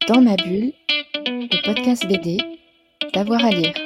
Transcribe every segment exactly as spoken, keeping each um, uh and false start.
Dans ma bulle, le podcast B D, d'avoir à lire.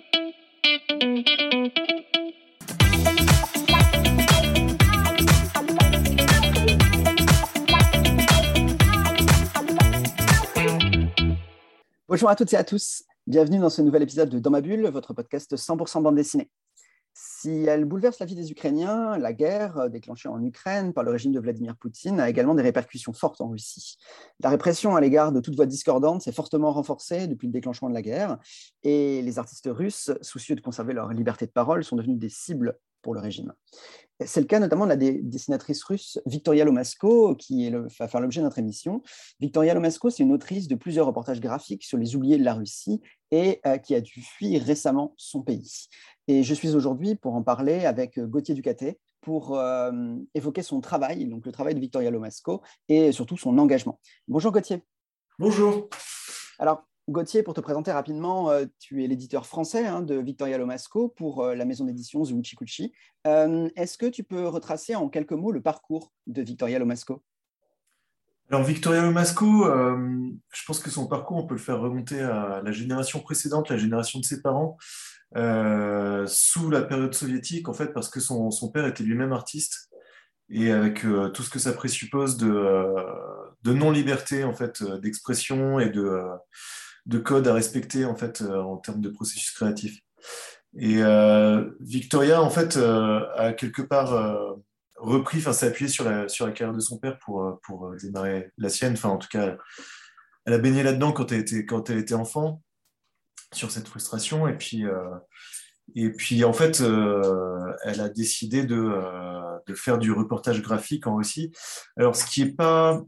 Bonjour à toutes et à tous, bienvenue dans ce nouvel épisode de Dans ma bulle, votre podcast cent pour cent bande dessinée. Si elle bouleverse la vie des Ukrainiens, la guerre déclenchée en Ukraine par le régime de Vladimir Poutine a également des répercussions fortes en Russie. La répression à l'égard de toute voix discordante s'est fortement renforcée depuis le déclenchement de la guerre et les artistes russes, soucieux de conserver leur liberté de parole, sont devenus des cibles pour le régime. C'est le cas notamment de la dessinatrice russe Victoria Lomasko, qui est le, va faire l'objet de notre émission. Victoria Lomasko, c'est une autrice de plusieurs reportages graphiques sur les oubliés de la Russie et euh, qui a dû fuir récemment son pays. Et je suis aujourd'hui pour en parler avec Gauthier Ducatet pour euh, évoquer son travail, donc le travail de Victoria Lomasko et surtout son engagement. Bonjour Gauthier. Bonjour. Alors, Gauthier, pour te présenter rapidement, euh, tu es l'éditeur français hein, de Victoria Lomasko pour euh, la maison d'édition The Uchikuchi. Euh, est-ce que tu peux retracer en quelques mots le parcours de Victoria Lomasko ? Alors Victoria Lomasko, euh, je pense que son parcours, on peut le faire remonter à la génération précédente, la génération de ses parents, euh, sous la période soviétique, en fait, parce que son, son père était lui-même artiste, et avec euh, tout ce que ça présuppose de, euh, de non-liberté en fait, d'expression et de, euh, de code à respecter en, fait, euh, en termes de processus créatif. Et euh, Victoria, en fait, euh, a quelque part euh, repris, enfin, s'est appuyée sur la, sur la carrière de son père pour, pour démarrer la sienne. Enfin, en tout cas, elle a baigné là-dedans quand elle était, quand elle était enfant, sur cette frustration. Et puis, euh, et puis en fait, euh, elle a décidé de, euh, de faire du reportage graphique en Russie. Alors, ce qui n'est pas...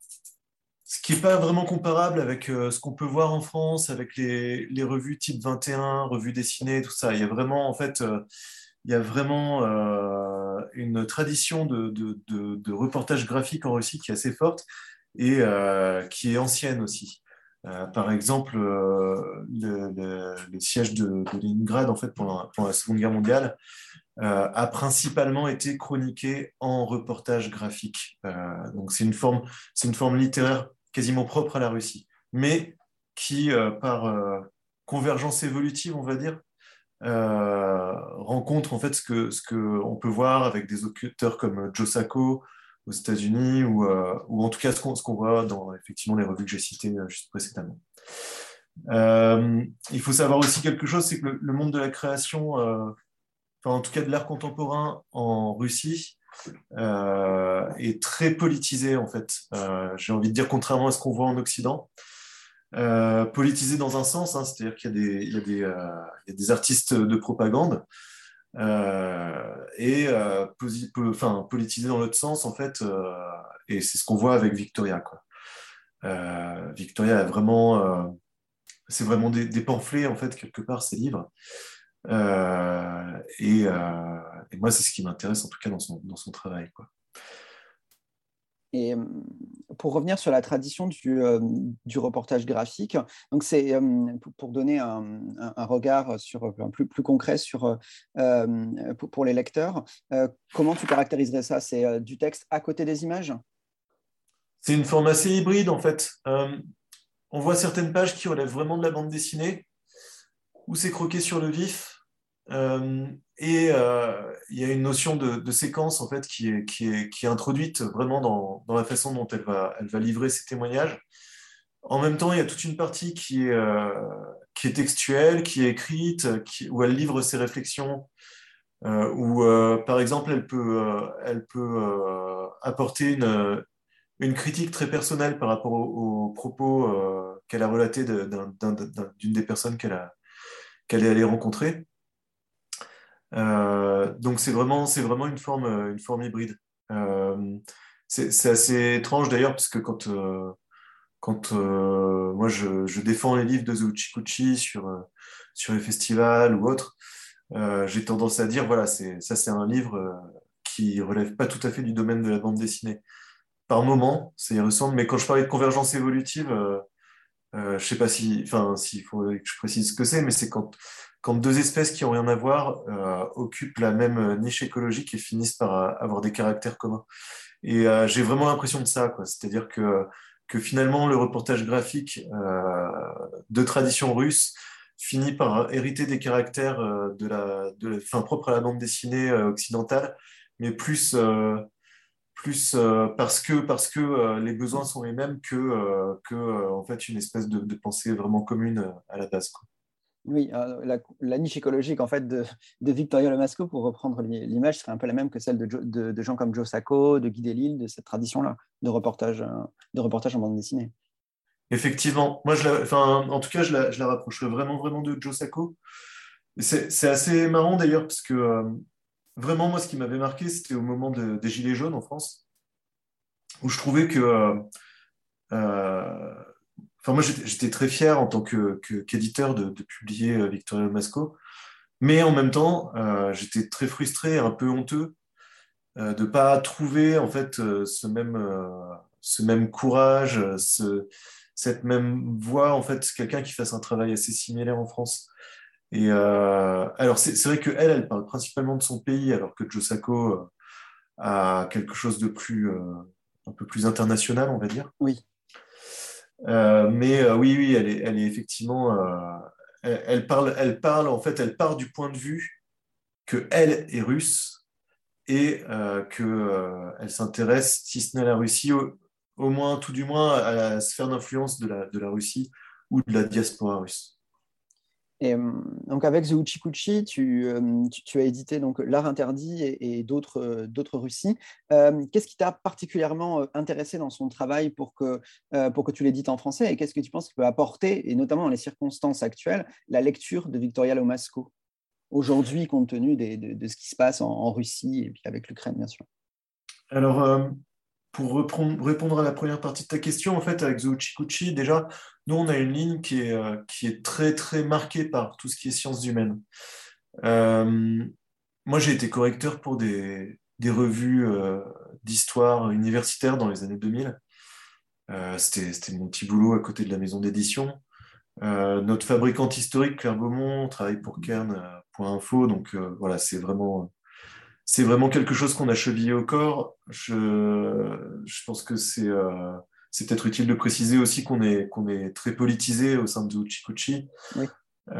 Ce qui n'est pas vraiment comparable avec euh, ce qu'on peut voir en France, avec les, les revues type vingt et un, revues dessinées, tout ça. Il y a vraiment, en fait, euh, il y a vraiment euh, une tradition de, de, de, de reportage graphique en Russie qui est assez forte et euh, qui est ancienne aussi. Euh, par exemple, euh, le, le, le siège de, de Leningrad, en fait, pendant, pendant la Seconde Guerre mondiale, euh, a principalement été chroniqué en reportage graphique. Euh, donc, c'est une forme, c'est une forme littéraire quasiment propre à la Russie, mais qui, euh, par euh, convergence évolutive, on va dire, euh, rencontre en fait ce que ce que on peut voir avec des auteurs comme Joe Sacco aux États-Unis ou euh, ou en tout cas ce qu'on ce qu'on voit dans effectivement les revues que j'ai citées euh, juste précédemment. Euh, il faut savoir aussi quelque chose, c'est que le, le monde de la création, euh, enfin en tout cas de l'art contemporain en Russie, euh, est très politisé en fait. Euh, j'ai envie de dire contrairement à ce qu'on voit en Occident. Euh, politisé dans un sens, hein, c'est-à-dire qu'il y a des, il y a des, euh, il y a des artistes de propagande euh, et euh, posi- po- enfin, politisé dans l'autre sens en fait, euh, et c'est ce qu'on voit avec Victoria, quoi. Euh, Victoria a vraiment, euh, c'est vraiment des, des pamphlets en fait quelque part ces livres, euh, et, euh, et moi c'est ce qui m'intéresse en tout cas dans son, dans son travail, quoi. Et pour revenir sur la tradition du, euh, du reportage graphique, donc c'est euh, pour donner un, un, un regard sur, un plus, plus concret sur, euh, pour, pour les lecteurs, euh, comment tu caractériserais ça ? C'est euh, du texte à côté des images ? C'est une forme assez hybride en fait. Euh, on voit certaines pages qui relèvent vraiment de la bande dessinée, où c'est croqué sur le vif. Euh, et euh, il y a une notion de, de séquence en fait qui est, qui est, qui est introduite vraiment dans, dans la façon dont elle va, elle va livrer ses témoignages. En même temps, il y a toute une partie qui est, euh, qui est textuelle, qui est écrite, qui, où elle livre ses réflexions, euh, où euh, par exemple elle peut, euh, elle peut euh, apporter une, une critique très personnelle par rapport aux, aux propos euh, qu'elle a relatés de, d'un, d'un, d'un, d'une des personnes qu'elle a, qu'elle est allée rencontrer. Euh, donc c'est vraiment, c'est vraiment une forme, une forme hybride. Euh, c'est, c'est assez étrange d'ailleurs, parce que quand, euh, quand euh, moi je, je défends les livres de The Uchikuchi sur, euh, sur les festivals ou autres, euh, j'ai tendance à dire, voilà, c'est, ça c'est un livre euh, qui relève pas tout à fait du domaine de la bande dessinée. Par moment, ça y ressemble, mais quand je parlais de convergence évolutive, euh, euh, je sais pas si, enfin, s'il faut que je précise ce que c'est, mais c'est quand, quand deux espèces qui ont rien à voir euh, occupent la même niche écologique et finissent par euh, avoir des caractères communs. Et euh, j'ai vraiment l'impression de ça, quoi. C'est-à-dire que, que finalement le reportage graphique euh, de tradition russe finit par hériter des caractères euh, de la, de la, enfin, propres à la bande dessinée euh, occidentale, mais plus, euh, plus euh, parce que, parce que euh, les besoins sont les mêmes que, euh, que euh, en fait, une espèce de, de pensée vraiment commune euh, à la base, quoi. Oui, euh, la, la niche écologique en fait de, de Victoria Lomasco, pour reprendre l'image, serait un peu la même que celle de, Jo- de, de gens comme Joe Sacco, de Guy Delisle, de cette tradition-là de reportage, euh, de reportage en bande dessinée. Effectivement, moi, je la, enfin, en tout cas, je la, je la rapprocherais vraiment, vraiment de Joe Sacco. Et C'est c'est assez marrant d'ailleurs, parce que euh, vraiment, moi, ce qui m'avait marqué, c'était au moment de- des Gilets jaunes en France, où je trouvais que euh, euh, enfin, moi, j'étais j'étais très fier en tant que, que- qu'éditeur de, de publier euh, Victoria Masco, mais en même temps, euh, j'étais très frustré, un peu honteux euh, de pas trouver en fait euh, ce même, euh, ce même courage, euh, ce, cette même voix, en fait, quelqu'un qui fasse un travail assez similaire en France. Et euh, alors, c'est c'est vrai que elle, elle parle principalement de son pays, alors que Joe Sacco euh, a quelque chose de plus, euh, un peu plus international, on va dire. Oui. Euh, mais euh, oui, oui, elle est, elle est effectivement, euh, elle, elle parle, elle parle, en fait, elle part du point de vue que elle est russe et euh, que euh, elle s'intéresse, si ce n'est à la Russie, au, au moins, tout du moins, à la sphère d'influence de la, de la Russie ou de la diaspora russe. Et euh, donc avec The Uchikuchi, tu, euh, tu, tu as édité donc L'Art interdit et, et d'autres euh, d'autres Russies. Euh, qu'est-ce qui t'a particulièrement euh, intéressé dans son travail pour que, euh, pour que tu l'édites en français, et qu'est-ce que tu penses qu'il peut apporter, et notamment dans les circonstances actuelles, la lecture de Victoria Lomasco aujourd'hui, compte tenu des- de, de ce qui se passe en, en Russie et puis avec l'Ukraine, bien sûr. Alors, euh, pour reprendre- répondre à la première partie de ta question, en fait, avec The Uchikuchi, déjà, nous, on a une ligne qui est, euh, qui est très, très marquée par tout ce qui est sciences humaines. Euh, Moi, j'ai été correcteur pour des, des revues euh, d'histoire universitaire dans les années deux mille. Euh, c'était, c'était mon petit boulot à côté de la maison d'édition. Euh, notre fabricante historique, Claire Beaumont, travaille pour Kern euh, point info. Donc euh, voilà, c'est vraiment, c'est vraiment quelque chose qu'on a chevillé au corps. Je, je pense que c'est euh, c'est peut-être utile de préciser aussi qu'on est, qu'on est très politisé au sein de Uchikuchi. Oui.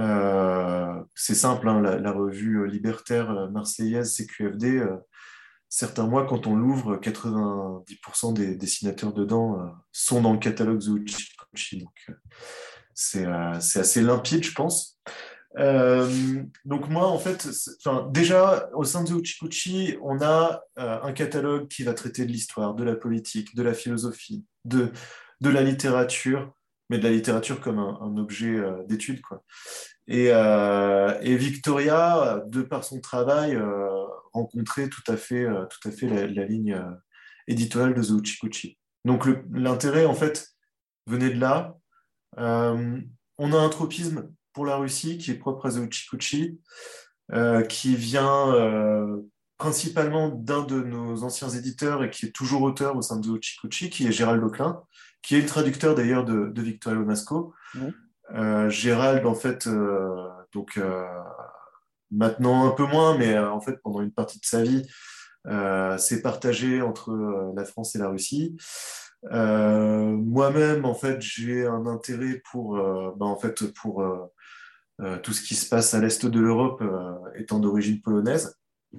Euh, c'est simple, hein, la, la revue libertaire euh, marseillaise C Q F D, euh, certains mois, quand on l'ouvre, quatre-vingt-dix pour cent des dessinateurs dedans euh, sont dans le catalogue Uchikuchi. Donc, euh, c'est euh, c'est assez limpide, je pense. Euh, donc moi, en fait, c'est- enfin, déjà, au sein de Uchikuchi, on a euh, un catalogue qui va traiter de l'histoire, de la politique, de la philosophie, de, de la littérature, mais de la littérature comme un, un objet euh, d'étude, quoi. Et, euh, et Victoria, de par son travail, euh, rencontrait tout à fait, euh, tout à fait la, la ligne euh, éditoriale de The Uchikuchi. Donc le- l'intérêt, en fait, venait de là. Euh, on a un tropisme pour la Russie qui est propre à The Uchikuchi, euh, qui vient euh, principalement d'un de nos anciens éditeurs et qui est toujours auteur au sein de The Uchikuchi, qui est Gérald Auclin, qui est le traducteur d'ailleurs de, de Victoria Lomasco. Oui. Euh, Gérald, en fait, euh, donc euh, maintenant un peu moins, mais euh, en fait pendant une partie de sa vie, euh, s'est partagé entre euh, la France et la Russie. Euh, moi-même, en fait, j'ai un intérêt pour, euh, bah, en fait, pour euh, euh, tout ce qui se passe à l'est de l'Europe, euh, étant d'origine polonaise.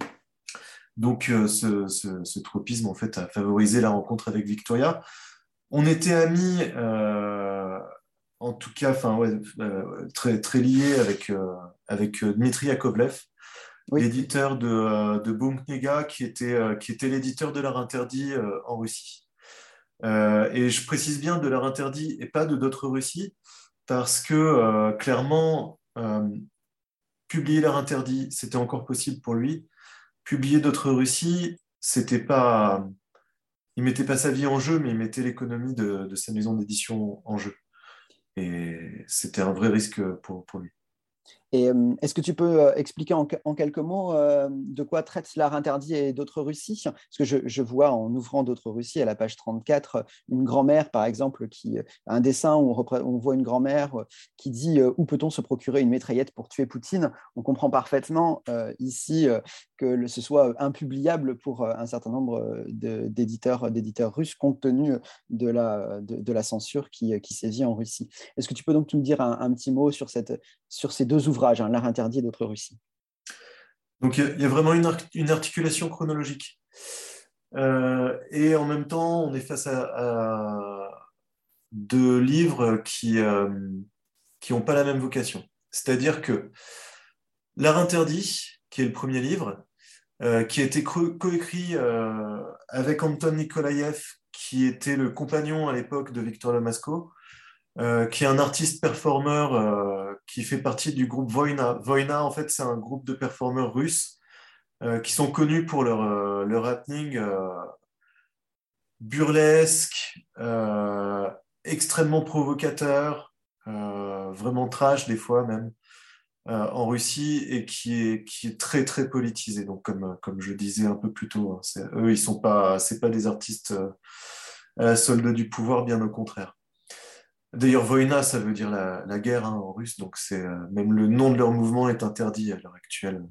Donc, euh, ce, ce, ce tropisme, en fait, a favorisé la rencontre avec Victoria. On était amis, euh, en tout cas, enfin, ouais, euh, très, très liés avec, euh, avec euh, Dmitri Yakovlev, Oui. l'éditeur de, euh, de Boom Kniga, qui était, euh, qui était l'éditeur de l'art interdit euh, en Russie. Euh, et je précise bien de l'art interdit et pas de d'autres Russie, parce que euh, clairement, euh, publier l'art interdit, c'était encore possible pour lui. Publier d'autres Russie, c'était pas, il mettait pas sa vie en jeu, mais il mettait l'économie de, de sa maison d'édition en jeu. Et c'était un vrai risque pour, pour lui. Et euh, est-ce que tu peux euh, expliquer en, en quelques mots euh, de quoi traite l'art interdit et d'autres Russies? Parce que je, je vois en ouvrant d'autres Russies, à la page trente-quatre, une grand-mère, par exemple, qui a un dessin où on, repré- on voit une grand-mère euh, qui dit euh, où peut-on se procurer une mitraillette pour tuer Poutine? On comprend parfaitement euh, ici euh, que le- ce soit impubliable pour euh, un certain nombre de- d'éditeurs, d'éditeurs russes, compte tenu de la, de, de la censure qui, qui sévit en Russie. Est-ce que tu peux donc nous dire un, un petit mot sur, cette, sur ces deux ouvrages, hein, L'art interdit et d'autres Russies? Donc il y, y, a vraiment une, ar- une articulation chronologique. Euh, et en même temps, on est face à, à deux livres qui euh, qui n'ont pas la même vocation. C'est-à-dire que L'art interdit, qui est le premier livre, euh, qui a été co- coécrit euh, avec Anton Nikolaev, qui était le compagnon à l'époque de Victor Lomasco, euh, qui est un artiste performeur euh, qui fait partie du groupe Voina. Voina, en fait, c'est un groupe de performeurs russes euh, qui sont connus pour leur, euh, leur happening euh, burlesque, euh, extrêmement provocateur, euh, vraiment trash des fois même, euh, en Russie, et qui est, qui est très très politisé. Donc comme, comme je disais un peu plus tôt, hein, c'est- eux, ils sont pas, c'est pas des artistes euh, à la solde du pouvoir, bien au contraire. D'ailleurs, Voïna, ça veut dire la, la guerre hein, en russe, donc c'est euh, même le nom de leur mouvement est interdit à l'heure actuelle.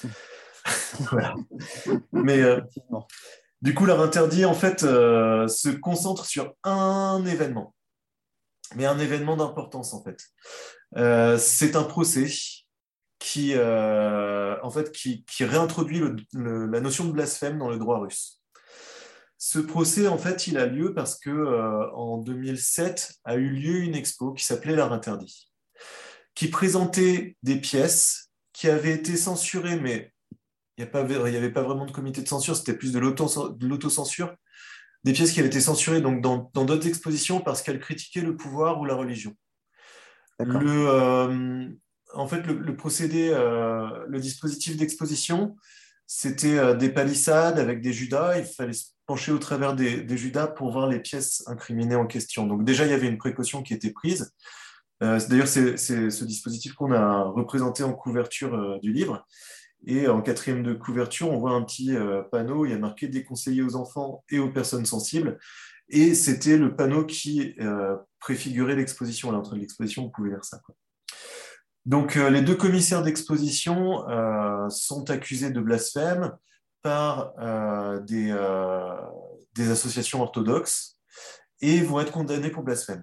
Voilà. Mais euh, Effectivement. du coup, l'art interdit, en fait, euh, se concentre sur un événement, mais un événement d'importance, en fait. Euh, c'est un procès qui, euh, en fait, qui, qui réintroduit le- le- la notion de blasphème dans le droit russe. Ce procès, en fait, il a lieu parce que euh, en deux mille sept a eu lieu une expo qui s'appelait L'art interdit, qui présentait des pièces qui avaient été censurées, mais il n'y avait pas vraiment de comité de censure, c'était plus de l'auto- de l'autocensure, des pièces qui avaient été censurées donc, dans dans d'autres expositions parce qu'elles critiquaient le pouvoir ou la religion. D'accord. Le, euh, en fait, le, le procédé, euh, le dispositif d'exposition, c'était euh, des palissades avec des judas. Il fallait se pencher au travers des, des judas pour voir les pièces incriminées en question. Donc déjà, il y avait une précaution qui était prise. Euh, c'est- D'ailleurs, c'est c'est ce dispositif qu'on a représenté en couverture euh, du livre. Et en quatrième de couverture, on voit un petit euh, panneau, il y a marqué déconseillé aux enfants et aux personnes sensibles. Et c'était le panneau qui euh, préfigurait l'exposition. À l'entrée de l'exposition, vous pouvez lire ça, quoi. Donc, euh, les deux commissaires d'exposition euh, sont accusés de blasphème par euh, des, euh, des associations orthodoxes et vont être condamnés pour blasphème.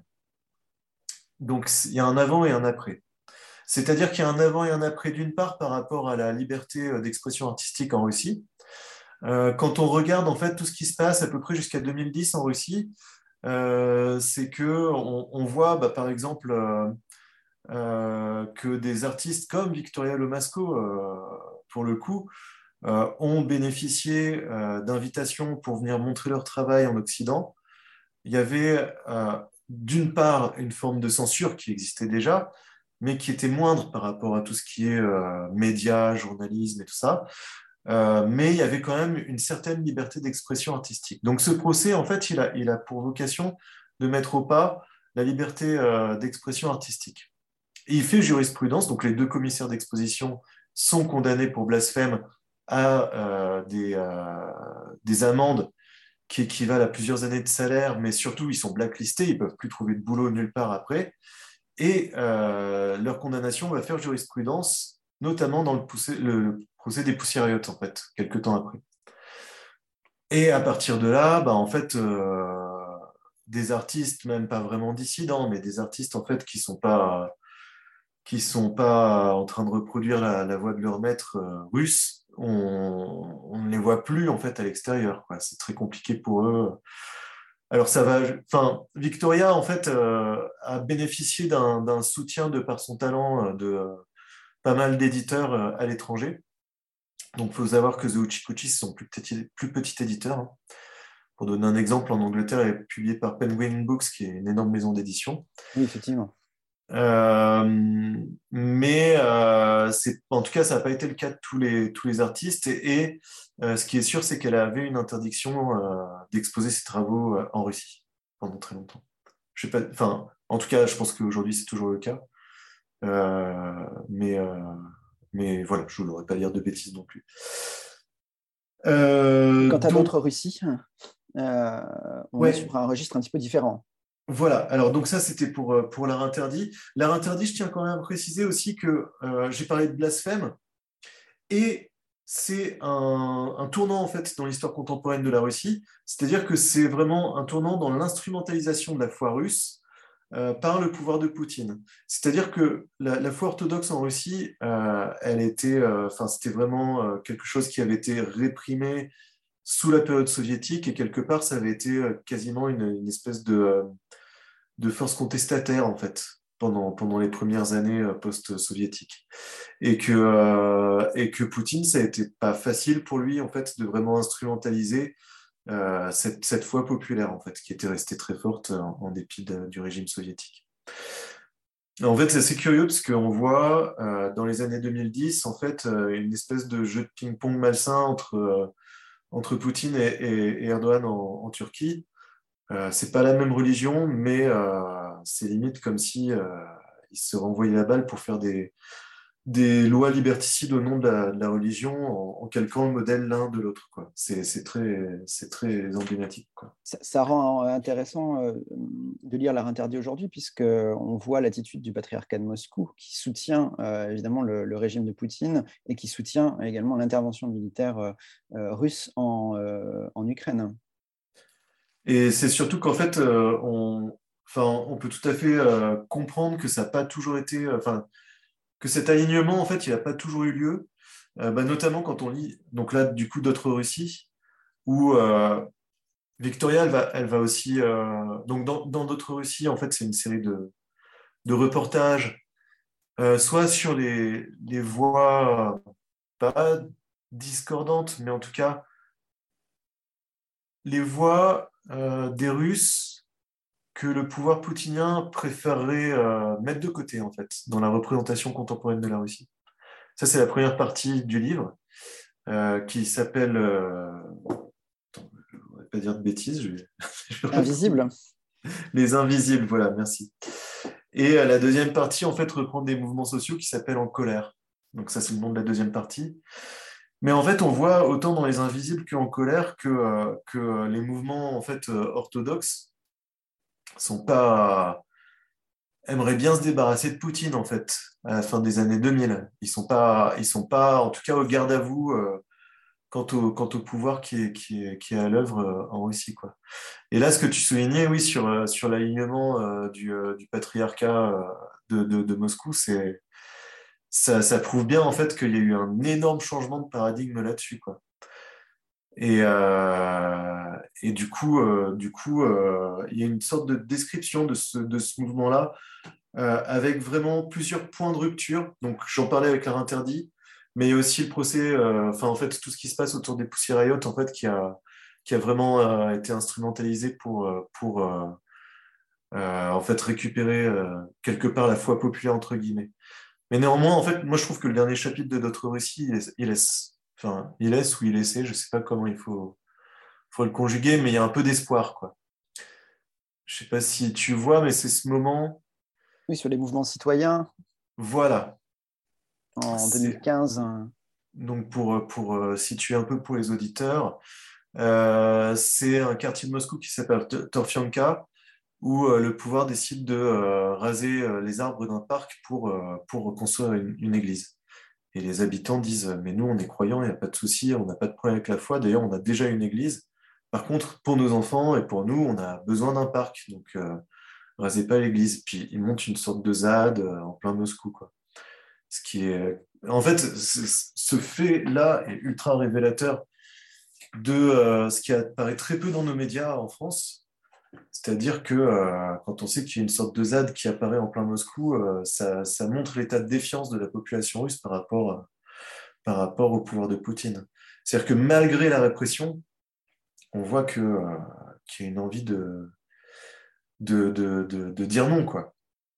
Donc, il y a un avant et un après. C'est-à-dire qu'il y a un avant et un après, d'une part, par rapport à la liberté euh, d'expression artistique en Russie. Euh, quand on regarde en fait tout ce qui se passe à peu près jusqu'à deux mille dix en Russie, euh, c'est que on, on voit bah, par exemple euh, euh, que des artistes comme Victoria Lomasco, euh, pour le coup, euh, ont bénéficié euh, d'invitations pour venir montrer leur travail en Occident. Il y avait euh, d'une part une forme de censure qui existait déjà, mais qui était moindre par rapport à tout ce qui est euh, médias, journalisme et tout ça. Euh, mais il y avait quand même une certaine liberté d'expression artistique. Donc ce procès, en fait, il a, il a pour vocation de mettre au pas la liberté euh, d'expression artistique. Et il fait jurisprudence, donc les deux commissaires d'exposition sont condamnés pour blasphème à euh, des, euh, des amendes qui équivalent à plusieurs années de salaire, mais surtout ils sont blacklistés, ils ne peuvent plus trouver de boulot nulle part après. Et euh, leur condamnation va faire jurisprudence, notamment dans le, poussé, le procès des poussiériotes, en fait, quelques temps après. Et à partir de là, bah, en fait, euh, des artistes, même pas vraiment dissidents, mais des artistes en fait qui sont pas qui sont pas en train de reproduire la, la voix de leur maître euh, russe, on, on ne les voit plus en fait à l'extérieur, quoi. C'est très compliqué pour eux. Alors ça va, enfin Victoria en fait euh, a bénéficié d'un d'un soutien de par son talent euh, de euh, pas mal d'éditeurs euh, à l'étranger. Donc il faut savoir que The Uchikuchi c'est son plus petit, plus petit éditeur, hein. Pour donner un exemple, en Angleterre, elle est publiée par Penguin Books, qui est une énorme maison d'édition. Oui, effectivement. Euh, mais euh, c'est, en tout cas, ça n'a pas été le cas de tous les, tous les artistes. Et, et euh, ce qui est sûr, c'est qu'elle avait une interdiction euh, d'exposer ses travaux euh, en Russie pendant très longtemps. Je sais pas, enfin, en tout cas, je pense qu'aujourd'hui, c'est toujours le cas. Euh, mais, euh, mais voilà, je ne voudrais pas dire de bêtises non plus. Euh, Quant à donc, d'autres Russie, euh, on est ouais, sur un registre un petit peu différent. voilà. Alors, donc ça, c'était pour, euh, pour l'art interdit. L'art interdit, je tiens quand même à préciser aussi que euh, j'ai parlé de blasphème, et c'est un, un tournant, en fait, dans l'histoire contemporaine de la Russie. C'est-à-dire que c'est vraiment un tournant dans l'instrumentalisation de la foi russe euh, par le pouvoir de Poutine. C'est-à-dire que la, la foi orthodoxe en Russie, euh, elle était, euh, enfin, c'était vraiment euh, quelque chose qui avait été réprimé sous la période soviétique, et quelque part, ça avait été euh, quasiment une, une espèce de, euh, de force contestataire, en fait, pendant, pendant les premières années euh, post-soviétiques. Et que, euh, et que Poutine, ça a été pas facile pour lui, en fait, de vraiment instrumentaliser euh, cette, cette foi populaire, en fait, qui était restée très forte en, en dépit de, du régime soviétique. En fait, c'est assez curieux parce qu'on voit euh, dans les années deux mille dix, en fait, euh, une espèce de jeu de ping-pong malsain entre, euh, entre Poutine et, et, et Erdogan en, en Turquie. Euh, c'est pas la même religion, mais euh, c'est limite comme si euh, ils se renvoyaient la balle pour faire des, des lois liberticides au nom de la, de la religion, en, en calquant le modèle l'un de l'autre, quoi. C'est, c'est très, c'est très emblématique, quoi. Ça, ça rend intéressant euh, de lire l'art interdit aujourd'hui, puisqu'on voit l'attitude du patriarcat de Moscou, qui soutient euh, évidemment le, le régime de Poutine et qui soutient également l'intervention militaire euh, euh, russe en, euh, en Ukraine. Et c'est surtout qu'en fait, euh, on, enfin, on peut tout à fait euh, comprendre que ça n'a pas toujours été, euh, enfin, que cet alignement, en fait, il n'a pas toujours eu lieu, euh, bah, notamment quand on lit, donc là, du coup, d'autres Russie, où euh, Victoria, elle va, elle va aussi, euh, donc dans, dans d'autres Russie, en fait, c'est une série de, de reportages, euh, soit sur les, les voix, euh, pas discordantes, mais en tout cas, les voix euh, des Russes que le pouvoir poutinien préférerait euh, mettre de côté, en fait, dans la représentation contemporaine de la Russie. Ça, c'est la première partie du livre, euh, qui s'appelle... Euh... Attends, je ne voudrais pas dire de bêtises, je vais... je vais retrouver. Invisible. Les Invisibles, voilà, merci. Et euh, la deuxième partie, en fait, reprend des mouvements sociaux qui s'appellent En colère. Donc ça, c'est le nom de la deuxième partie. Mais en fait, on voit autant dans Les Invisibles qu'en colère que, euh, que euh, les mouvements, en fait, euh, orthodoxes sont pas... aimeraient bien se débarrasser de Poutine, en fait, à la fin des années deux mille. Ils sont pas, ils sont pas, en tout cas, au garde à vous euh, quant au, quant au pouvoir qui est, qui est, qui est à l'œuvre euh, en Russie, quoi. Et là, ce que tu soulignais, oui, sur, euh, sur l'alignement euh, du, euh, du patriarcat euh, de, de, de Moscou, c'est, ça, ça prouve bien, en fait, qu'il y a eu un énorme changement de paradigme là-dessus, quoi. Et, euh, et du coup, euh, du coup euh, il y a une sorte de description de ce, de ce mouvement-là, euh, avec vraiment plusieurs points de rupture. Donc, j'en parlais avec l'art interdit, mais il y a aussi le procès, euh, enfin, en fait, tout ce qui se passe autour des Pussy Riot, en fait, qui a, qui a vraiment euh, été instrumentalisé pour, euh, pour euh, euh, en fait, récupérer euh, quelque part la foi populaire, entre guillemets. Mais néanmoins, en fait, moi, je trouve que le dernier chapitre de Notre Récit, il laisse, il laisse, enfin, il laisse ou il laissait, je sais pas comment il faut, faut le conjuguer, mais il y a un peu d'espoir, quoi. Je sais pas si tu vois, mais c'est ce moment, Oui, sur les mouvements citoyens, voilà. en C'est, deux mille quinze. hein. donc, pour, pour euh, situer un peu pour les auditeurs, euh, c'est un quartier de Moscou qui s'appelle T- Torfianka, où euh, le pouvoir décide de euh, raser euh, les arbres d'un parc pour, euh, pour construire une, une église. Et les habitants disent, mais nous, on est croyants, il n'y a pas de souci, on n'a pas de problème avec la foi. D'ailleurs, on a déjà une église. Par contre, pour nos enfants et pour nous, on a besoin d'un parc. Donc, euh, rasez pas l'église. Puis, ils montent une sorte de ZAD euh, en plein Moscou, quoi. Ce qui est... En fait, c- ce fait-là est ultra révélateur de euh, ce qui apparaît très peu dans nos médias en France. C'est-à-dire que euh, quand on sait qu'il y a une sorte de ZAD qui apparaît en plein Moscou, euh, ça, ça montre l'état de défiance de la population russe par rapport, à- par rapport au pouvoir de Poutine. C'est-à-dire que malgré la répression, on voit que, euh, qu'il y a une envie de, de, de, de, de dire non, quoi.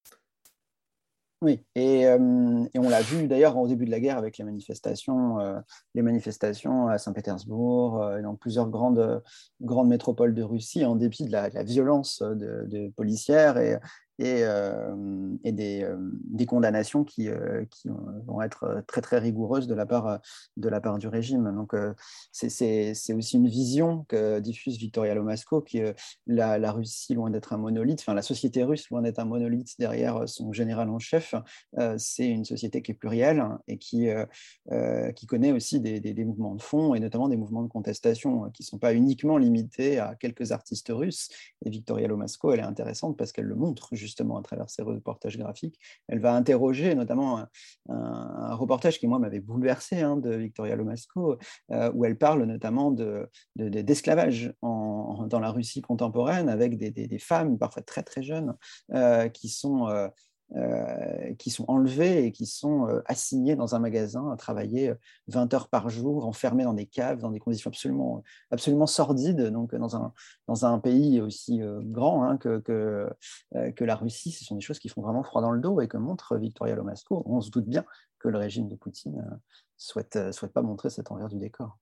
Oui, et, euh, et on l'a vu d'ailleurs au début de la guerre avec les manifestations, euh, les manifestations à Saint-Pétersbourg, euh, et dans plusieurs grandes, grandes métropoles de Russie, en dépit de la, de la violence de, de policière et, et, euh, et des, euh, des condamnations qui, euh, qui vont être très très rigoureuses de la part, de la part du régime. Donc euh, c'est, c'est, c'est aussi une vision que diffuse Victoria Lomasko, qui euh, la, la Russie, loin d'être un monolithe, enfin la société russe, loin d'être un monolithe derrière son général en chef, euh, c'est une société qui est plurielle et qui, euh, euh, qui connaît aussi des, des, des mouvements de fond, et notamment des mouvements de contestation qui ne sont pas uniquement limités à quelques artistes russes. Et Victoria Lomasko, elle est intéressante parce qu'elle le montre justement à travers ses reportages graphiques. Elle va interroger notamment un, un, un reportage qui, moi, m'avait bouleversé, hein, de Victoria Lomasko, euh, où elle parle notamment de, de, de, d'esclavage en, dans la Russie contemporaine, avec des, des, des femmes, parfois très très jeunes, euh, qui sont... Euh, Euh, qui sont enlevés et qui sont euh, assignés dans un magasin à travailler vingt heures par jour, enfermés dans des caves, dans des conditions absolument, absolument sordides. Donc, dans un, dans un pays aussi euh, grand, hein, que, que, euh, que la Russie, ce sont des choses qui font vraiment froid dans le dos et que montre Victoria Lomasko. On se doute bien que le régime de Poutine euh, souhaite, euh, souhaite pas montrer cet envers du décor.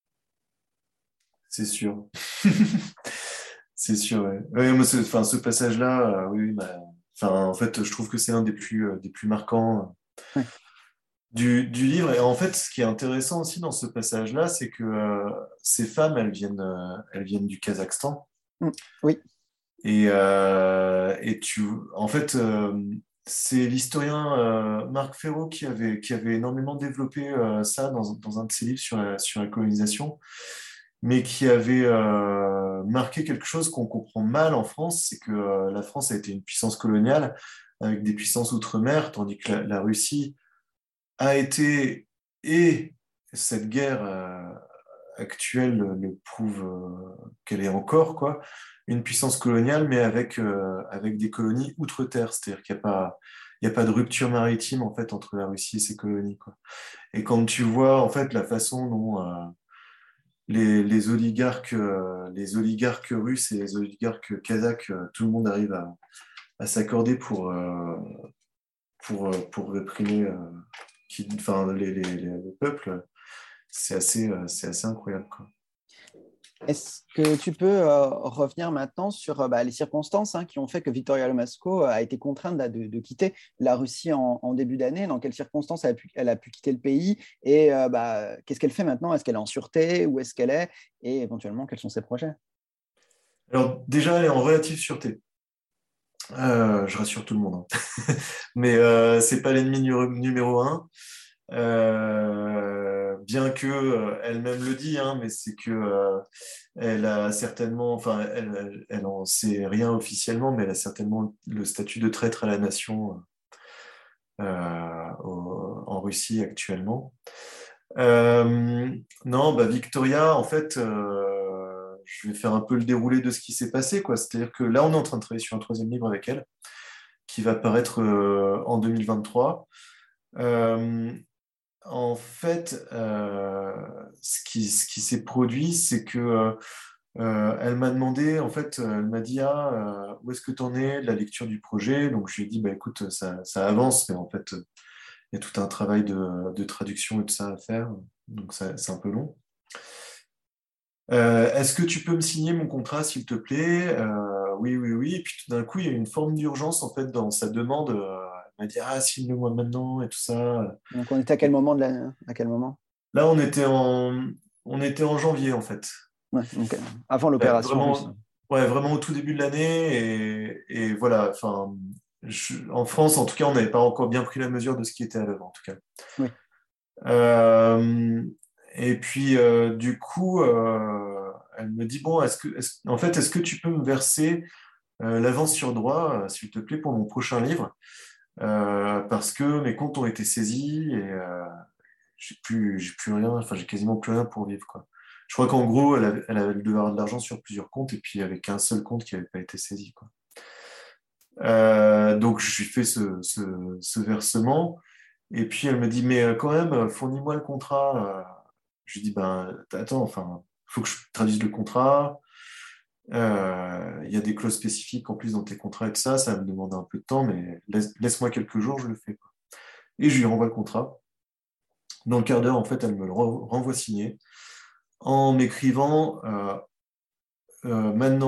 C'est sûr. C'est sûr, ouais. Ouais, moi, ce, enfin, ce passage-là, euh, oui, oui, bah, enfin, en fait, je trouve que c'est un des plus, euh, des plus marquants Ouais. du, du livre. Et en fait, ce qui est intéressant aussi dans ce passage-là, c'est que euh, ces femmes, elles viennent, euh, elles viennent du Kazakhstan. Mm. Oui. Et, euh, et tu, en fait, euh, c'est l'historien euh, Marc Ferro qui avait, qui avait énormément développé euh, ça dans, dans un de ses livres sur la, sur la colonisation, mais qui avait euh, marqué quelque chose qu'on comprend mal en France, c'est que euh, la France a été une puissance coloniale avec des puissances outre-mer, tandis que la, la Russie a été, et cette guerre euh, actuelle le prouve euh, qu'elle est encore, quoi, une puissance coloniale, mais avec, euh, avec des colonies outre-terre, c'est-à-dire qu'il n'y a pas, il y a pas de rupture maritime en fait entre la Russie et ses colonies, quoi. Et quand tu vois en fait la façon dont euh, les, les oligarques, euh, les oligarques russes et les oligarques kazakhs, euh, tout le monde arrive à, à s'accorder pour, euh, pour, euh, pour réprimer euh, qui, enfin, les, les, les, les peuples, c'est assez, euh, c'est assez incroyable, quoi. Est-ce que tu peux euh, revenir maintenant sur euh, bah, les circonstances, hein, qui ont fait que Victoria Lomasko a été contrainte là, de, de quitter la Russie en, en début d'année? Dans quelles circonstances elle a pu, elle a pu quitter le pays? Et euh, bah, qu'est-ce qu'elle fait maintenant? Est-ce qu'elle est en sûreté? Où est-ce qu'elle est? Et éventuellement, quels sont ses projets? Alors déjà, elle est en relative sûreté. Euh, je rassure tout le monde, hein. Mais euh, c'est pas l'ennemi nu- numéro un. Euh, bien que euh, elle-même le dit, hein, mais c'est que euh, elle a certainement, enfin, elle, elle, elle en sait rien officiellement, mais elle a certainement le statut de traître à la nation euh, au- en Russie actuellement. Euh, non, bah Victoria, en fait, euh, je vais faire un peu le déroulé de ce qui s'est passé, quoi. C'est-à-dire que là, on est en train de travailler sur un troisième livre avec elle, qui va paraître euh, en deux mille vingt-trois. Euh, en fait, euh, ce qui, ce qui s'est produit, c'est que euh, euh, elle m'a demandé, en fait, euh, elle m'a dit, ah, euh, où est-ce que tu en es de la lecture du projet? Donc, je lui ai dit, bah, écoute, ça, ça avance, mais en fait, il y a tout un travail de, de traduction et de ça à faire, donc ça- c'est un peu long. Euh, est-ce que tu peux me signer mon contrat, s'il te plaît? Euh, oui, oui, oui. Et puis tout d'un coup, il y a eu une forme d'urgence en fait dans sa demande. Euh, elle m'a dit, ah, signe-le-moi maintenant et tout ça. Donc, on était à quel moment de la... à quel moment? Là, on était en, on était en janvier en fait. Ouais, donc, euh, avant Ouais, l'opération russe. vraiment, ouais, vraiment au tout début de l'année. Et, et voilà, enfin, je- en France, en tout cas, on n'avait pas encore bien pris la mesure de ce qui était à l'œuvre, en tout cas. Oui. Euh, et puis, euh, du coup, euh, elle me dit, bon, est-ce que, est-ce- en fait, est-ce que tu peux me verser euh, l'avance sur droit, euh, s'il te plaît, pour mon prochain livre? Euh, parce que mes comptes ont été saisis et euh, j'ai plus, j'ai plus rien, enfin, j'ai quasiment plus rien pour vivre, quoi. Je crois qu'en gros, elle, avait, elle avait- elle devait avoir de l'argent sur plusieurs comptes et puis il n'y avait qu'un seul compte qui n'avait pas été saisi, quoi. Euh, donc, je lui fais ce, ce, ce versement. Et puis elle me dit, mais euh, quand même, euh, fournis-moi le contrat. Euh, Je lui dis, ben attends, enfin, il faut que je traduise le contrat. Euh, Il y a des clauses spécifiques en plus dans tes contrats et tout ça, ça va me demander un peu de temps, mais laisse, laisse-moi quelques jours, je le fais, quoi. Et je lui renvoie le contrat. Dans le quart d'heure, en fait, elle me le ren- renvoie signé en m'écrivant, euh, euh, maintenant,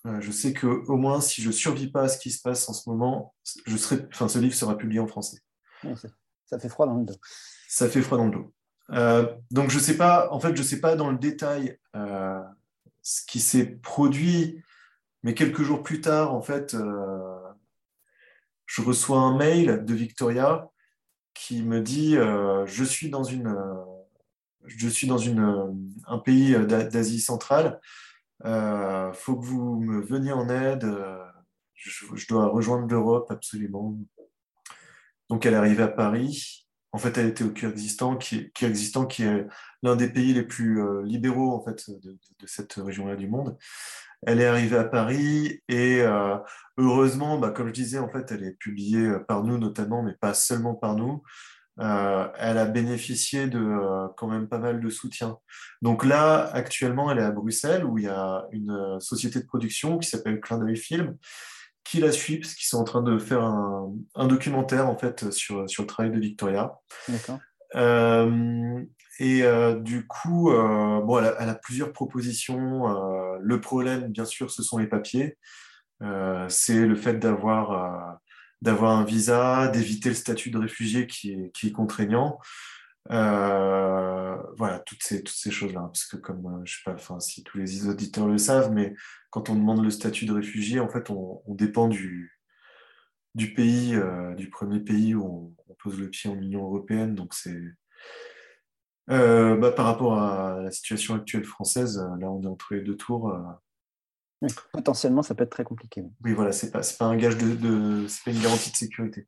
Euh, je sais qu'au moins, si je ne survis pas à ce qui se passe en ce moment, je serai, enfin, ce livre sera publié en français. Oui, ça, ça fait froid dans le dos. Ça fait froid dans le dos. Euh, donc, je sais pas, en fait, je ne sais pas dans le détail euh, ce qui s'est produit, mais quelques jours plus tard, en fait, euh, je reçois un mail de Victoria qui me dit euh, je suis dans une, euh, je suis dans une, euh, un pays d'A- d'Asie centrale. Euh, faut que vous me veniez en aide. euh, je, je dois rejoindre l'Europe absolument. Donc, elle est arrivée à Paris. En fait, elle était au Kyrgyzstan, qui, Kyrgyzstan, qui est l'un des pays les plus euh, libéraux en fait, de, de- de cette région-là du monde. Elle est arrivée à Paris et euh, heureusement, bah, comme je disais, en fait, elle est publiée euh, par nous notamment, mais pas seulement par nous. Euh, elle a bénéficié de euh, quand même pas mal de soutien. Donc là, actuellement, elle est à Bruxelles où il y a une euh, société de production qui s'appelle Clin d'œil Film qui la suit parce qu'ils sont en train de faire un, un documentaire en fait sur, sur le travail de Victoria. D'accord. Euh, et euh, du coup, euh, bon, elle a, elle a plusieurs propositions. Euh, le problème, bien sûr, ce sont les papiers. Euh, c'est le fait d'avoir euh, d'avoir un visa, d'éviter le statut de réfugié qui est, qui est contraignant. Euh, voilà, toutes ces, toutes ces choses-là. Parce que comme, euh, je sais pas, enfin, si tous les auditeurs le savent, mais quand on demande le statut de réfugié, en fait, on, on dépend du, du pays, euh, du premier pays où on, on pose le pied en Union européenne. Donc, c'est, euh, bah, par rapport à la situation actuelle française, euh, là, on est entre les deux tours. euh, Oui, potentiellement, ça peut être très compliqué. oui, voilà, c'est pas, c'est pas un gage de, de- c'est pas une garantie de sécurité.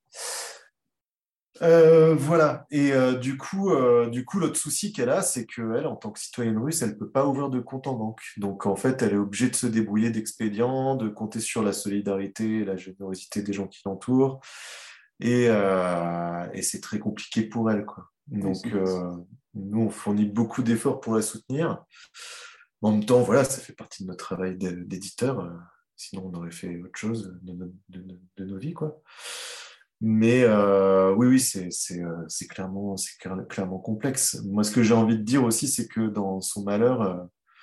Euh, voilà. Et euh, du coup, euh, du coup, l'autre souci qu'elle a, c'est qu'elle, en tant que citoyenne russe, elle peut pas ouvrir de compte en banque. Donc, en fait, elle est obligée de se débrouiller d'expédients, de compter sur la solidarité et la générosité des gens qui l'entourent. Et, euh, et c'est très compliqué pour elle, quoi. Oui, Donc, c'est- euh, nous, on fournit beaucoup d'efforts pour la soutenir. En même temps, voilà, ça fait partie de notre travail d'é- d'éditeur. euh, Sinon, on aurait fait autre chose de, no- de no- de nos vies, quoi. Mais euh, oui, oui, c'est c'est, euh, c'est clairement, c'est clair- clairement complexe. Moi, ce que j'ai envie de dire aussi, c'est que dans son malheur, euh,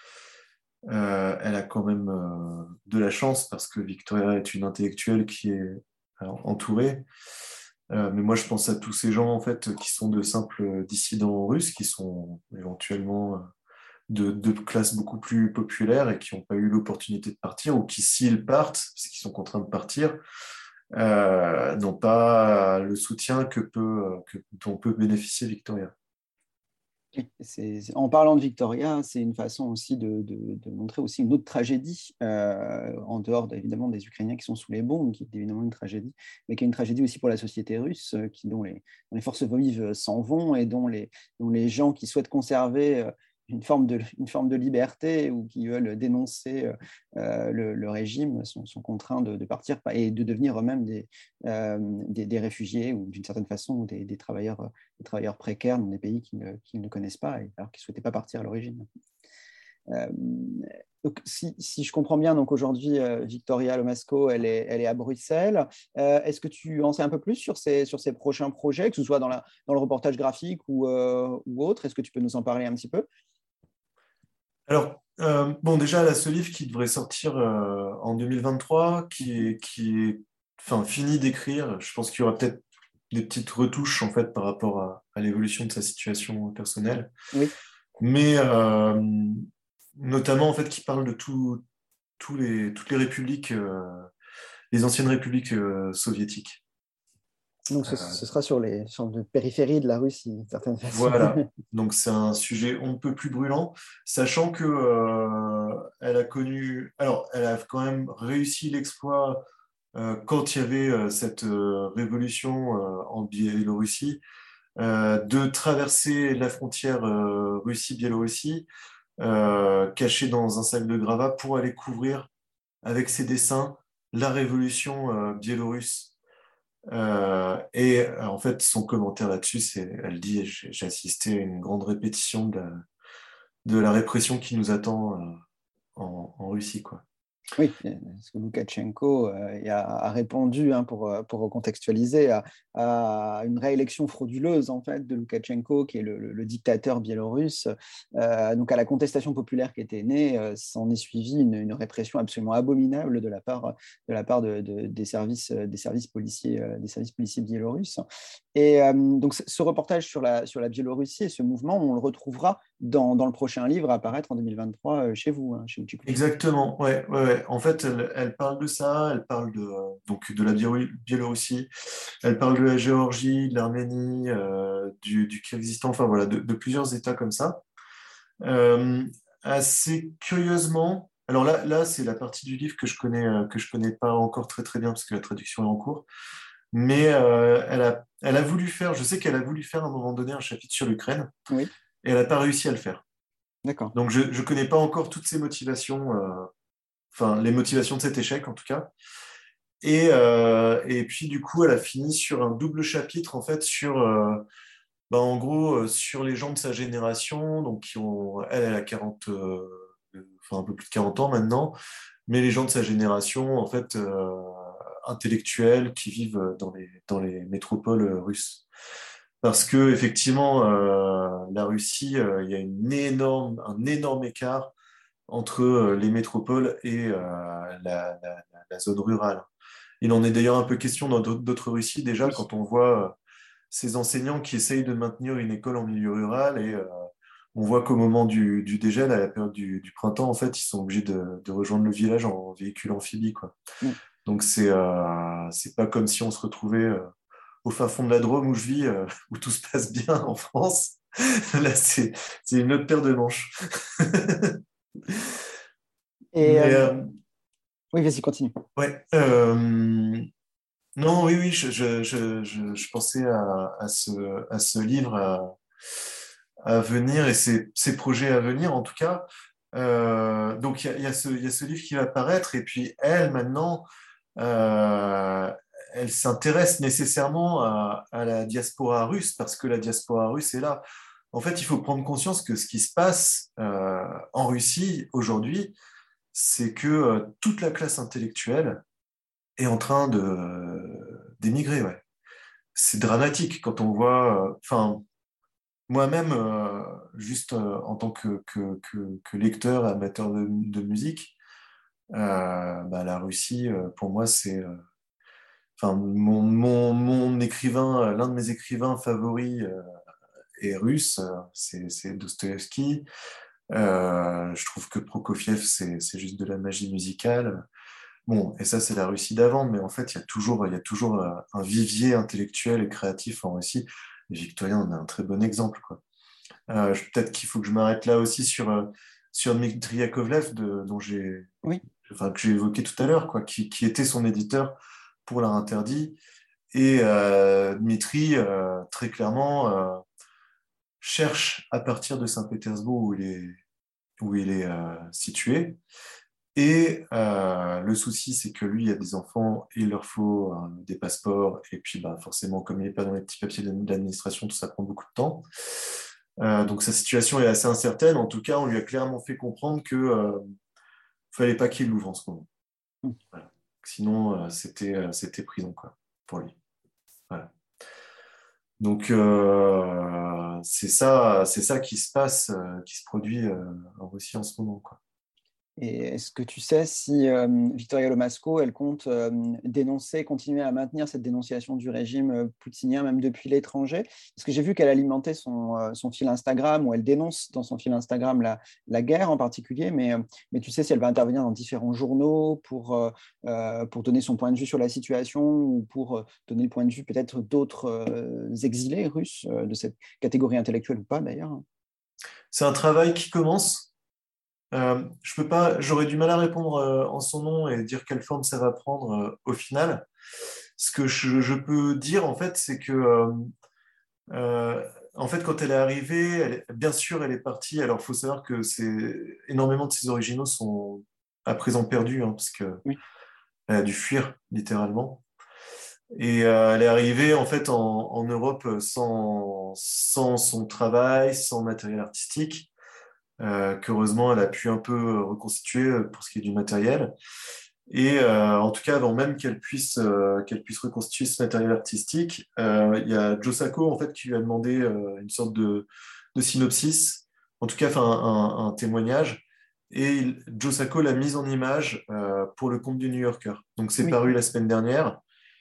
euh, elle a quand même euh, de la chance parce que Victoria est une intellectuelle qui est alors, entourée. Euh, mais moi, je pense à tous ces gens en fait qui sont de simples dissidents russes, qui sont éventuellement euh, de, de classes beaucoup plus populaires et qui n'ont pas eu l'opportunité de partir, ou qui, s'ils partent, parce qu'ils sont contraints de partir, euh, n'ont pas le soutien que peut, que, dont peut bénéficier Victoria. oui, c'est- c'est- en parlant de Victoria, c'est une façon aussi de, de- de montrer aussi une autre tragédie, euh, en dehors évidemment des Ukrainiens qui sont sous les bombes, qui est évidemment une tragédie, mais qui est une tragédie aussi pour la société russe, euh, qui, dont, les, dont les forces vives s'en vont et dont les, dont les gens qui souhaitent conserver euh, une forme de, une forme de liberté ou qui veulent dénoncer euh, le, le régime sont, sont contraints de, de partir et de devenir eux-mêmes des, euh, des, des réfugiés ou d'une certaine façon ou des, des travailleurs des travailleurs précaires dans des pays qu'ils ne, qu'ils ne connaissent pas, et, alors qu'ils ne souhaitaient pas partir à l'origine. Euh, donc, si, si, je comprends bien, donc aujourd'hui, euh, Victoria Lomasco, elle est, elle est à Bruxelles. Euh, est-ce que tu en sais un peu plus sur ses, sur ses prochains projets, que ce soit dans, la, dans le reportage graphique ou, euh, ou autre? Est-ce que tu peux nous en parler un petit peu? Alors, euh, bon, déjà, elle a ce livre qui devrait sortir euh, en deux mille vingt-trois, qui est, qui est enfin, fini d'écrire. Je pense qu'il y aura peut-être des petites retouches en fait par rapport à, à l'évolution de sa situation personnelle. Oui. Mais euh, notamment en fait qui parle de tout, tous les, toutes les républiques, euh, les anciennes républiques euh, soviétiques. Donc, ce, Euh, ce sera sur les sur de périphérie de la Russie, d'une certaine façon. voilà. Donc c'est un sujet on ne peut plus brûlant, sachant que euh, elle a connu, alors elle a quand même réussi l'exploit euh, quand il y avait euh, cette euh, révolution euh, en Biélorussie, euh, de traverser la frontière euh, Russie-Biélorussie, euh, cachée dans un sac de gravats pour aller couvrir avec ses dessins la révolution euh, biélorusse. Euh, et euh, en fait, son commentaire là-dessus, c'est, elle dit, j'ai j'ai assisté à une grande répétition de la, de la répression qui nous attend euh, en, en Russie, quoi. Oui, parce que Loukachenko euh, a, a répondu, hein, pour, pour recontextualiser, à, à une réélection frauduleuse en fait, de Loukachenko, qui est le, le, le dictateur biélorusse. Euh, donc à la contestation populaire qui était née, euh, s'en est suivi une, une répression absolument abominable de la part, de la part de, de, des, services, des, services policiers, des services policiers biélorusses. Et euh, donc ce reportage sur la, sur la Biélorussie et ce mouvement, on le retrouvera dans, dans le prochain livre à apparaître en deux mille vingt-trois euh, chez vous, hein, chez Utikov. Exactement, ouais, ouais, ouais. En fait, elle, elle parle de ça, elle parle de, euh, donc, de la Biélo- Biélorussie, elle parle de la Géorgie, de l'Arménie, euh, du, du Kyrgyzstan, enfin voilà, de, de plusieurs États comme ça. Euh, assez curieusement, alors là, là c'est la partie du livre que je connais, euh, que je connais pas encore très très bien parce que la traduction est en cours. Mais euh, elle a, elle a voulu faire, je sais qu'elle a voulu faire à un moment donné un chapitre sur l'Ukraine Oui, et elle n'a pas réussi à le faire. d'accord. Donc je ne connais pas encore toutes ses motivations, euh, enfin les motivations de cet échec en tout cas. Et, euh, et puis du coup, elle a fini sur un double chapitre en fait sur, euh, bah, en gros, euh, sur les gens de sa génération, donc qui ont, elle, elle a quarante, euh, enfin un peu plus de quarante ans maintenant, mais les gens de sa génération en fait euh, intellectuels qui vivent dans les dans les métropoles russes. Parce que effectivement, euh, la Russie, euh, il y a une énorme, un énorme écart entre euh, les métropoles et euh, la, la, la zone rurale. Il en est d'ailleurs un peu question dans d'autres d'autres Russies déjà Oui. quand on voit euh, ces enseignants qui essayent de maintenir une école en milieu rural et euh, on voit qu'au moment du, du dégel, à la période du, du printemps, en fait, ils sont obligés de, de rejoindre le village en véhicule amphibie, quoi. Mm. Donc c'est euh, c'est pas comme si on se retrouvait euh, au fin fond de la Drôme où je vis, euh, où tout se passe bien en France. Là, c'est c'est une autre paire de manches. Et Mais euh, euh, oui, vas-y, continue. ouais, euh, non, oui, oui, je, je, je, je, je pensais à, à ce, à ce livre à, à venir et ces, ces projets à venir en tout cas. Euh, donc il y a, il y a ce, il y a ce livre qui va paraître et puis elle maintenant, euh, elle s'intéresse nécessairement à, à la diaspora russe parce que la diaspora russe est là. En fait, il faut prendre conscience que ce qui se passe euh, en Russie aujourd'hui, c'est que euh, toute la classe intellectuelle est en train de d'émigrer, ouais. C'est dramatique quand on voit, enfin, moi-même, euh, juste euh, en tant que, que, que, que lecteur, amateur de, de musique, euh, bah, la Russie, euh, pour moi, c'est, euh, enfin, mon, mon, mon écrivain, euh, l'un de mes écrivains favoris euh, est russe, euh, c'est, c'est Dostoïevski. Euh, je trouve que Prokofiev, c'est, c'est juste de la magie musicale. Bon, et ça, c'est la Russie d'avant, mais en fait, il y a toujours, il y a toujours euh, un vivier intellectuel et créatif en Russie. Et Victorien en a un très bon exemple, quoi. Euh, je- peut-être qu'il faut que je m'arrête là aussi sur, euh, sur Dmitri Yakovlev, de, dont j'ai, Oui, enfin, que j'ai évoqué tout à l'heure, quoi, qui, qui était son éditeur pour l'art interdit. Et euh, Dmitri, euh, très clairement, euh, cherche à partir de Saint-Pétersbourg où il est, où il est euh, situé. Et euh, le souci, c'est que lui, il a des enfants et il leur faut euh, des passeports. Et puis, bah, forcément, comme il n'est pas dans les petits papiers de l'administration, tout ça prend beaucoup de temps. Euh, donc, sa situation est assez incertaine. En tout cas, on lui a clairement fait comprendre qu'il ne fallait pas qu'il l'ouvre en ce moment. Voilà. Sinon, euh, c'était, euh, c'était prison, quoi, pour lui. Voilà. Donc, euh, c'est ça, c'est ça qui se passe, euh, qui se produit euh, en Russie en ce moment, quoi. et est-ce que tu sais si euh, Victoria Lomasco, elle compte euh, dénoncer, continuer à maintenir cette dénonciation du régime euh, poutinien, même depuis l'étranger? Parce que j'ai vu qu'elle alimentait son, euh, son fil Instagram, où elle dénonce dans son fil Instagram la, la guerre en particulier, mais, euh, mais tu sais si elle va intervenir dans différents journaux pour, euh, euh, pour donner son point de vue sur la situation ou pour euh, donner le point de vue peut-être d'autres euh, exilés russes, euh, de cette catégorie intellectuelle ou pas d'ailleurs? C'est un travail qui commence. Euh, je peux pas, j'aurais du mal à répondre euh, en son nom et dire quelle forme ça va prendre euh, au final. Ce que je, je peux dire en fait, c'est que euh, euh, en fait, quand elle est arrivée, elle est- bien sûr, elle est partie. Alors, il faut savoir que c'est énormément de ses originaux sont à présent perdus, hein, parce que Oui, elle a dû fuir littéralement. Et euh, elle est arrivée en fait en, en Europe sans, sans son travail, sans matériel artistique. euh, qu'heureusement elle a pu un peu reconstituer pour ce qui est du matériel. Et euh, en tout cas, avant même qu'elle puisse, euh, qu'elle puisse reconstituer ce matériel artistique, euh, il y a Joe Sacco en fait, qui lui a demandé euh, une sorte de, de synopsis, en tout cas enfin, un, un témoignage. Et il- Joe Sacco l'a mise en image euh, pour le compte du New Yorker. Donc c'est Oui. paru la semaine dernière.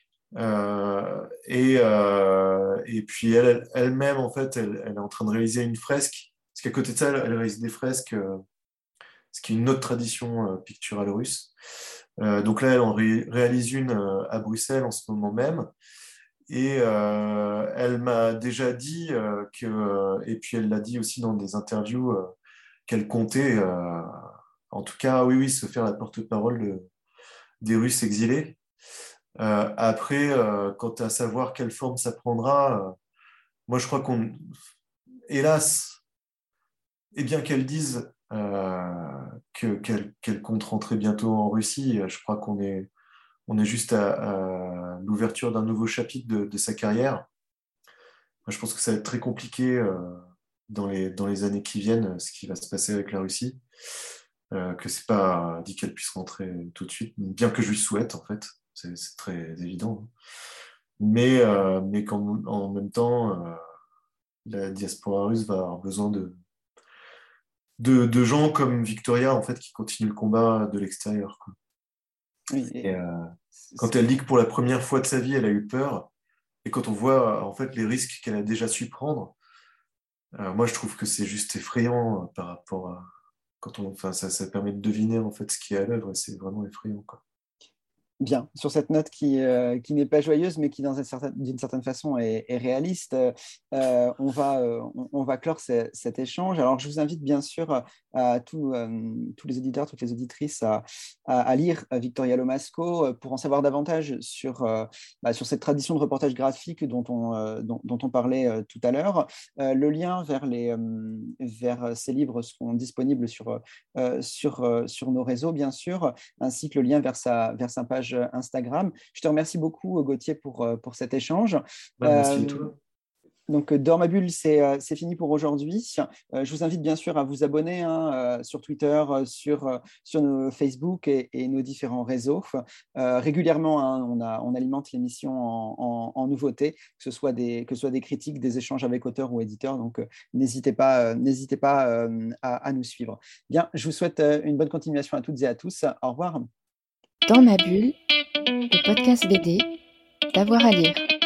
Euh, et, euh, et puis elle, elle- elle-même, en fait, elle, elle est en train de réaliser une fresque. Parce qu'à côté de ça, elle, elle réalise des fresques, euh, ce qui est une autre tradition euh, picturale russe. Euh, donc là, elle en ré- réalise une euh, à Bruxelles en ce moment même. Et euh, elle m'a déjà dit euh, que, euh, et puis elle l'a dit aussi dans des interviews, euh, qu'elle comptait, euh, en tout cas, oui, oui, se faire la porte-parole de- des Russes exilés. Euh, après, euh, quant à savoir quelle forme ça prendra, euh, moi je crois qu'on, hélas, et bien qu'elle dise euh, que, qu'elle, qu'elle compte rentrer bientôt en Russie, euh, je crois qu'on est, on est juste à, à l'ouverture d'un nouveau chapitre de, de sa carrière. Moi, je pense que ça va être très compliqué euh, dans les, dans les années qui viennent, ce qui va se passer avec la Russie. Euh, que c'est pas dit qu'elle puisse rentrer tout de suite, bien que je lui souhaite en fait, c'est c'est très évident. Mais, euh, mais qu'en en même temps, euh, la diaspora russe va avoir besoin de, de, de gens comme Victoria en fait, qui continuent le combat de l'extérieur, quoi. Oui, Et et euh, quand c'est- elle dit que pour la première fois de sa vie, elle a eu peur, et quand on voit en fait les risques qu'elle a déjà su prendre, euh, moi je trouve que c'est juste effrayant euh, par rapport à quand on, enfin ça, ça permet de deviner en fait ce qui est à l'œuvre, et c'est vraiment effrayant, quoi. Bien, sur cette note qui, euh, qui n'est pas joyeuse, mais qui, dans une certaine, d'une certaine façon, est, est réaliste, euh, on va, euh, on, on va clore ce- cet échange. Alors, je vous invite bien sûr à, à tous, euh, tous les auditeurs, toutes les auditrices à, à- à lire euh, Victoria Lomasco euh, pour en savoir davantage sur, euh, bah, sur cette tradition de reportage graphique dont on, euh, dont, dont on parlait euh, tout à l'heure. Euh, le lien vers, les, euh, vers ces livres seront disponibles sur, euh, sur, euh, sur nos réseaux, bien sûr, ainsi que le lien vers sa, vers sa page Instagram. Je te remercie beaucoup, Gauthier, pour, euh, pour cet échange. Ouais, merci à Euh, toi. donc, dans ma bulle, c'est euh, c'est fini pour aujourd'hui. Euh, je vous invite bien sûr à vous abonner hein, euh, sur Twitter, euh, sur, euh, sur nos Facebook et, et nos différents réseaux. Euh, régulièrement, hein, on, a, on alimente l'émission en, en, en nouveautés, que ce, soit des, que ce soit des critiques, des échanges avec auteurs ou éditeurs. Donc, euh, n'hésitez pas, euh, n'hésitez pas euh, à, à nous suivre. Bien, je vous souhaite euh, une bonne continuation à toutes et à tous. Au revoir. Dans ma bulle, le podcast B D, d'avoir à lire.